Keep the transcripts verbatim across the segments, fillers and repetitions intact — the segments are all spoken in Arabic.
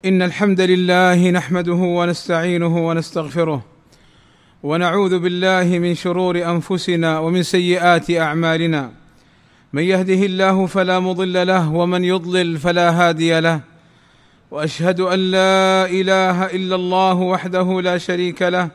إن الحمد لله نحمده ونستعينه ونستغفره ونعوذ بالله من شرور أنفسنا ومن سيئات أعمالنا، من يهده الله فلا مضل له ومن يضلل فلا هادي له، وأشهد أن لا إله إلا الله وحده لا شريك له،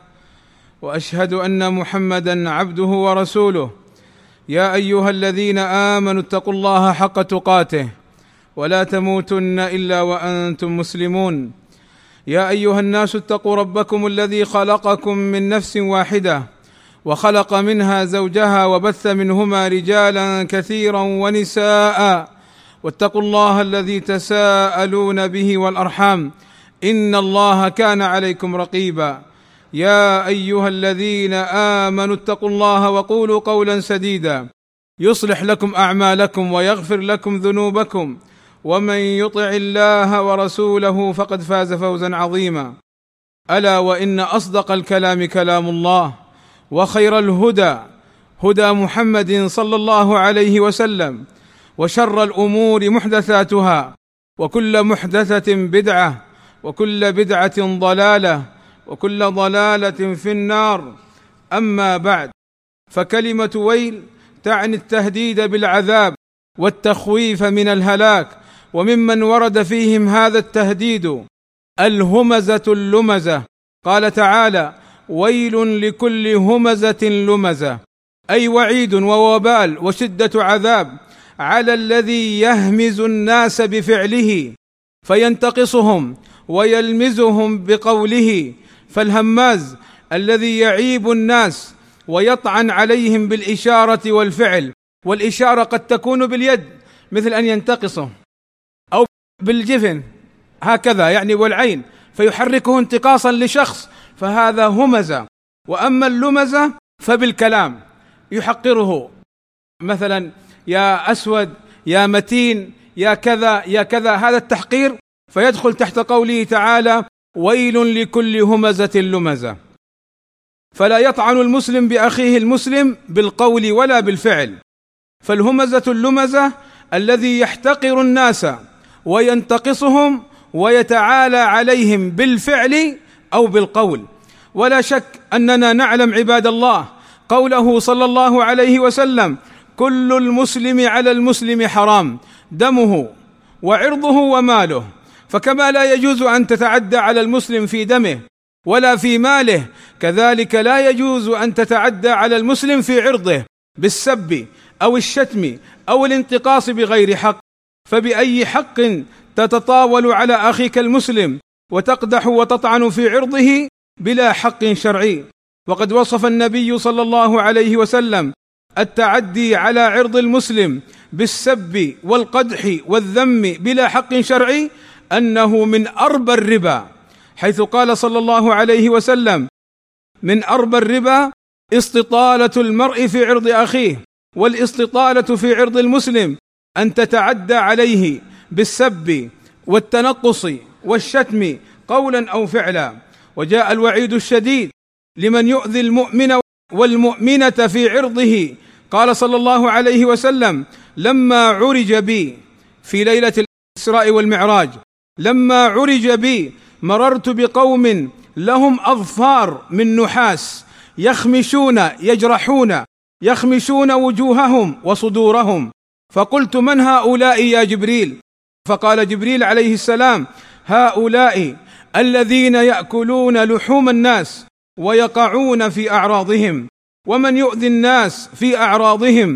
وأشهد أن محمدًا عبده ورسوله. يا أيها الذين آمنوا اتقوا الله حق تقاته ولا تموتن إلا وأنتم مسلمون. يا أيها الناس اتقوا ربكم الذي خلقكم من نفس واحدة وخلق منها زوجها وبث منهما رجالا كثيرا ونساء، واتقوا الله الذي تساءلون به والأرحام إن الله كان عليكم رقيبا. يا أيها الذين آمنوا اتقوا الله وقولوا قولا سديدا يصلح لكم أعمالكم ويغفر لكم ذنوبكم، ومن يطع الله ورسوله فقد فاز فوزا عظيما. ألا وإن أصدق الكلام كلام الله، وخير الهدى هدى محمد صلى الله عليه وسلم، وشر الأمور محدثاتها، وكل محدثة بدعة، وكل بدعة ضلالة، وكل ضلالة في النار. أما بعد، فكلمة ويل تعني التهديد بالعذاب والتخويف من الهلاك، وممن ورد فيهم هذا التهديد الهمزة اللمزة. قال تعالى: ويل لكل همزة لمزة، أي وعيد ووبال وشدة عذاب على الذي يهمز الناس بفعله فينتقصهم ويلمزهم بقوله. فالهماز الذي يعيب الناس ويطعن عليهم بالإشارة والفعل، والإشارة قد تكون باليد مثل أن ينتقصه، أو بالجفن هكذا يعني والعين فيحركه انتقاصا لشخص، فهذا همزة. وأما اللمزة فبالكلام يحقره، مثلا يا أسود، يا متين، يا كذا يا كذا، هذا التحقير فيدخل تحت قوله تعالى: ويل لكل همزة لمزة. فلا يطعن المسلم بأخيه المسلم بالقول ولا بالفعل. فالهمزة اللمزة الذي يحتقر الناس وينتقصهم ويتعالى عليهم بالفعل أو بالقول. ولا شك أننا نعلم عباد الله قوله صلى الله عليه وسلم: كل المسلم على المسلم حرام دمه وعرضه وماله. فكما لا يجوز أن تتعدى على المسلم في دمه ولا في ماله، كذلك لا يجوز أن تتعدى على المسلم في عرضه بالسب أو الشتم أو الانتقاص بغير حق. فبأي حق تتطاول على أخيك المسلم وتقدح وتطعن في عرضه بلا حق شرعي؟ وقد وصف النبي صلى الله عليه وسلم التعدي على عرض المسلم بالسب والقدح والذم بلا حق شرعي أنه من أربى الربا، حيث قال صلى الله عليه وسلم: من أربى الربا استطالة المرء في عرض أخيه. والاستطالة في عرض المسلم أن تتعدى عليه بالسب والتنقص والشتم قولا أو فعلا. وجاء الوعيد الشديد لمن يؤذي المؤمن والمؤمنة في عرضه. قال صلى الله عليه وسلم: لما عرج بي في ليلة الإسراء والمعراج، لما عرج بي مررت بقوم لهم أظفار من نحاس يخمشون يجرحون يخمشون وجوههم وصدورهم، فقلت: من هؤلاء يا جبريل؟ فقال جبريل عليه السلام: هؤلاء الذين يأكلون لحوم الناس ويقعون في أعراضهم. ومن يؤذي الناس في أعراضهم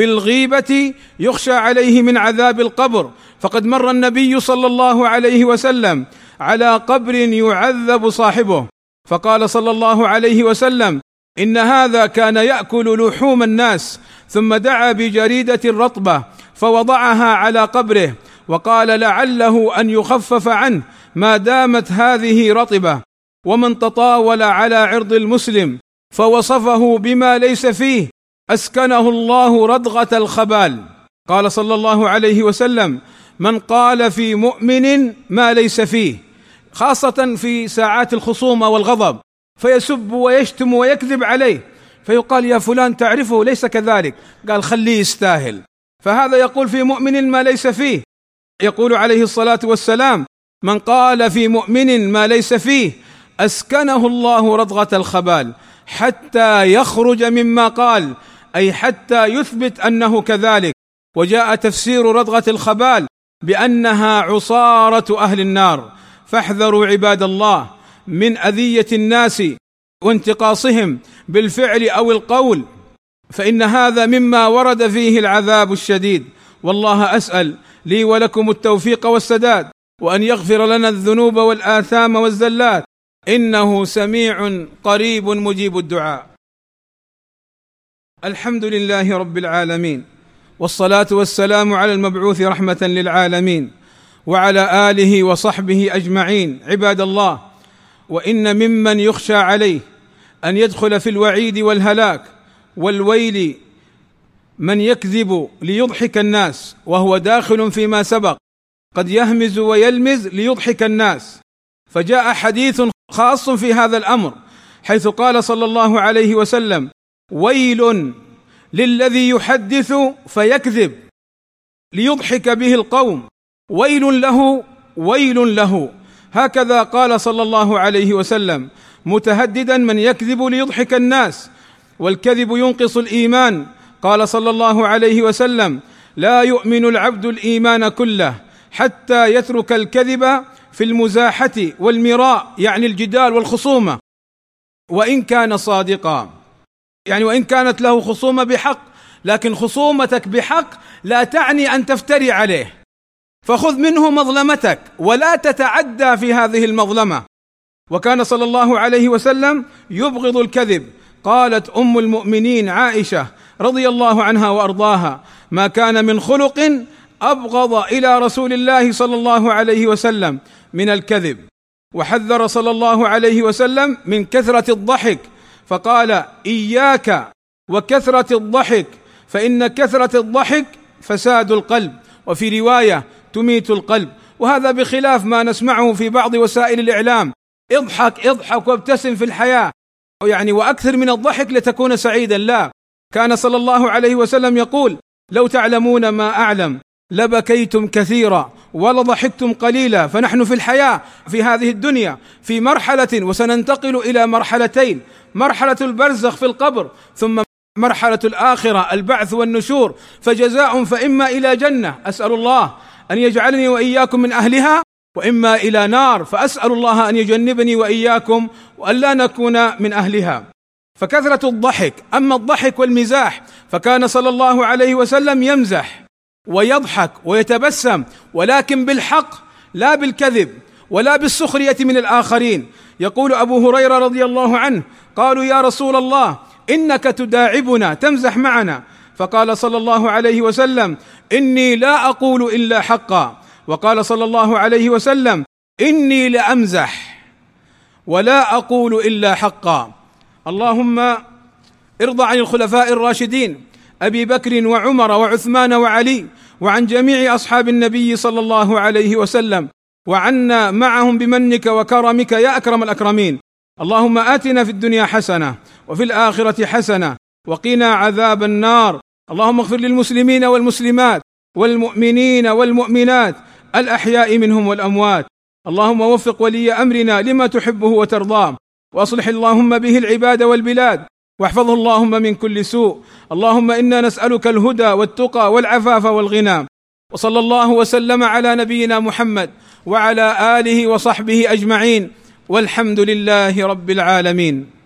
بالغيبة يخشى عليه من عذاب القبر. فقد مر النبي صلى الله عليه وسلم على قبر يعذب صاحبه، فقال صلى الله عليه وسلم: إن هذا كان يأكل لحوم الناس، ثم دعا بجريدة رطبة فوضعها على قبره، وقال: لعله أن يخفف عنه ما دامت هذه رطبة. ومن تطاول على عرض المسلم فوصفه بما ليس فيه أسكنه الله ردغة الخبال. قال صلى الله عليه وسلم: من قال في مؤمن ما ليس فيه، خاصة في ساعات الخصومة والغضب، فيسب ويشتم ويكذب عليه، فيقال: يا فلان تعرفه ليس كذلك، قال: خليه يستاهل. فهذا يقول في مؤمن ما ليس فيه. يقول عليه الصلاة والسلام: من قال في مؤمن ما ليس فيه أسكنه الله رضغة الخبال حتى يخرج مما قال، أي حتى يثبت أنه كذلك. وجاء تفسير رضغة الخبال بأنها عصارة أهل النار. فاحذروا عباد الله من أذية الناس وانتقاصهم بالفعل أو القول، فإن هذا مما ورد فيه العذاب الشديد. والله أسأل لي ولكم التوفيق والسداد، وأن يغفر لنا الذنوب والآثام والزلات، إنه سميع قريب مجيب الدعاء. الحمد لله رب العالمين، والصلاة والسلام على المبعوث رحمة للعالمين وعلى آله وصحبه أجمعين. عباد الله، وإن ممن يخشى عليه أن يدخل في الوعيد والهلاك والويل من يكذب ليضحك الناس، وهو داخل فيما سبق، قد يهمز ويلمز ليضحك الناس. فجاء حديث خاص في هذا الأمر، حيث قال صلى الله عليه وسلم: ويل للذي يحدث فيكذب ليضحك به القوم، ويل له ويل له. هكذا قال صلى الله عليه وسلم، متهددا من يكذب ليضحك الناس. والكذب ينقص الإيمان. قال صلى الله عليه وسلم: لا يؤمن العبد الإيمان كله حتى يترك الكذب في المزاحة والمراء، يعني الجدال والخصومة، وإن كان صادقا، يعني وإن كانت له خصومة بحق، لكن خصومتك بحق لا تعني أن تفتري عليه، فخذ منه مظلمتك ولا تتعدى في هذه المظلمة. وكان صلى الله عليه وسلم يبغض الكذب. قالت أم المؤمنين عائشة رضي الله عنها وأرضاها: ما كان من خلق أبغض إلى رسول الله صلى الله عليه وسلم من الكذب. وحذر صلى الله عليه وسلم من كثرة الضحك، فقال: إياك وكثرة الضحك، فإن كثرة الضحك فساد القلب، وفي رواية تميت القلب. وهذا بخلاف ما نسمعه في بعض وسائل الإعلام: اضحك اضحك وابتسم في الحياة، يعني وأكثر من الضحك لتكون سعيدا. لا، كان صلى الله عليه وسلم يقول: لو تعلمون ما أعلم لبكيتم كثيرا ولضحكتم قليلا. فنحن في الحياة في هذه الدنيا في مرحلة، وسننتقل إلى مرحلتين: مرحلة البرزخ في القبر، ثم مرحلة الآخرة البعث والنشور. فجزاء فإما إلى جنة، أسأل الله أن يجعلني وإياكم من أهلها، وإما إلى نار، فأسأل الله أن يجنبني وإياكم وأن لا نكون من أهلها. فكثرة الضحك. أما الضحك والمزاح فكان صلى الله عليه وسلم يمزح ويضحك ويتبسم، ولكن بالحق لا بالكذب ولا بالسخرية من الآخرين. يقول أبو هريرة رضي الله عنه: قالوا يا رسول الله إنك تداعبنا تمزح معنا، فقال صلى الله عليه وسلم: إني لا أقول إلا حقا. وقال صلى الله عليه وسلم: إني لأمزح ولا أقول إلا حقا. اللهم ارض عن الخلفاء الراشدين أبي بكر وعمر وعثمان وعلي، وعن جميع أصحاب النبي صلى الله عليه وسلم، وعنا معهم بمنك وكرمك يا أكرم الأكرمين. اللهم آتنا في الدنيا حسنة وفي الآخرة حسنة وقنا عذاب النار. اللهم اغفر للمسلمين والمسلمات والمؤمنين والمؤمنات الأحياء منهم والأموات. اللهم وفق ولي أمرنا لما تحبه وترضاه، وأصلح اللهم به العباد والبلاد، واحفظه اللهم من كل سوء. اللهم إنا نسألك الهدى والتقى والعفاف والغنى. وصلى الله وسلم على نبينا محمد وعلى آله وصحبه أجمعين، والحمد لله رب العالمين.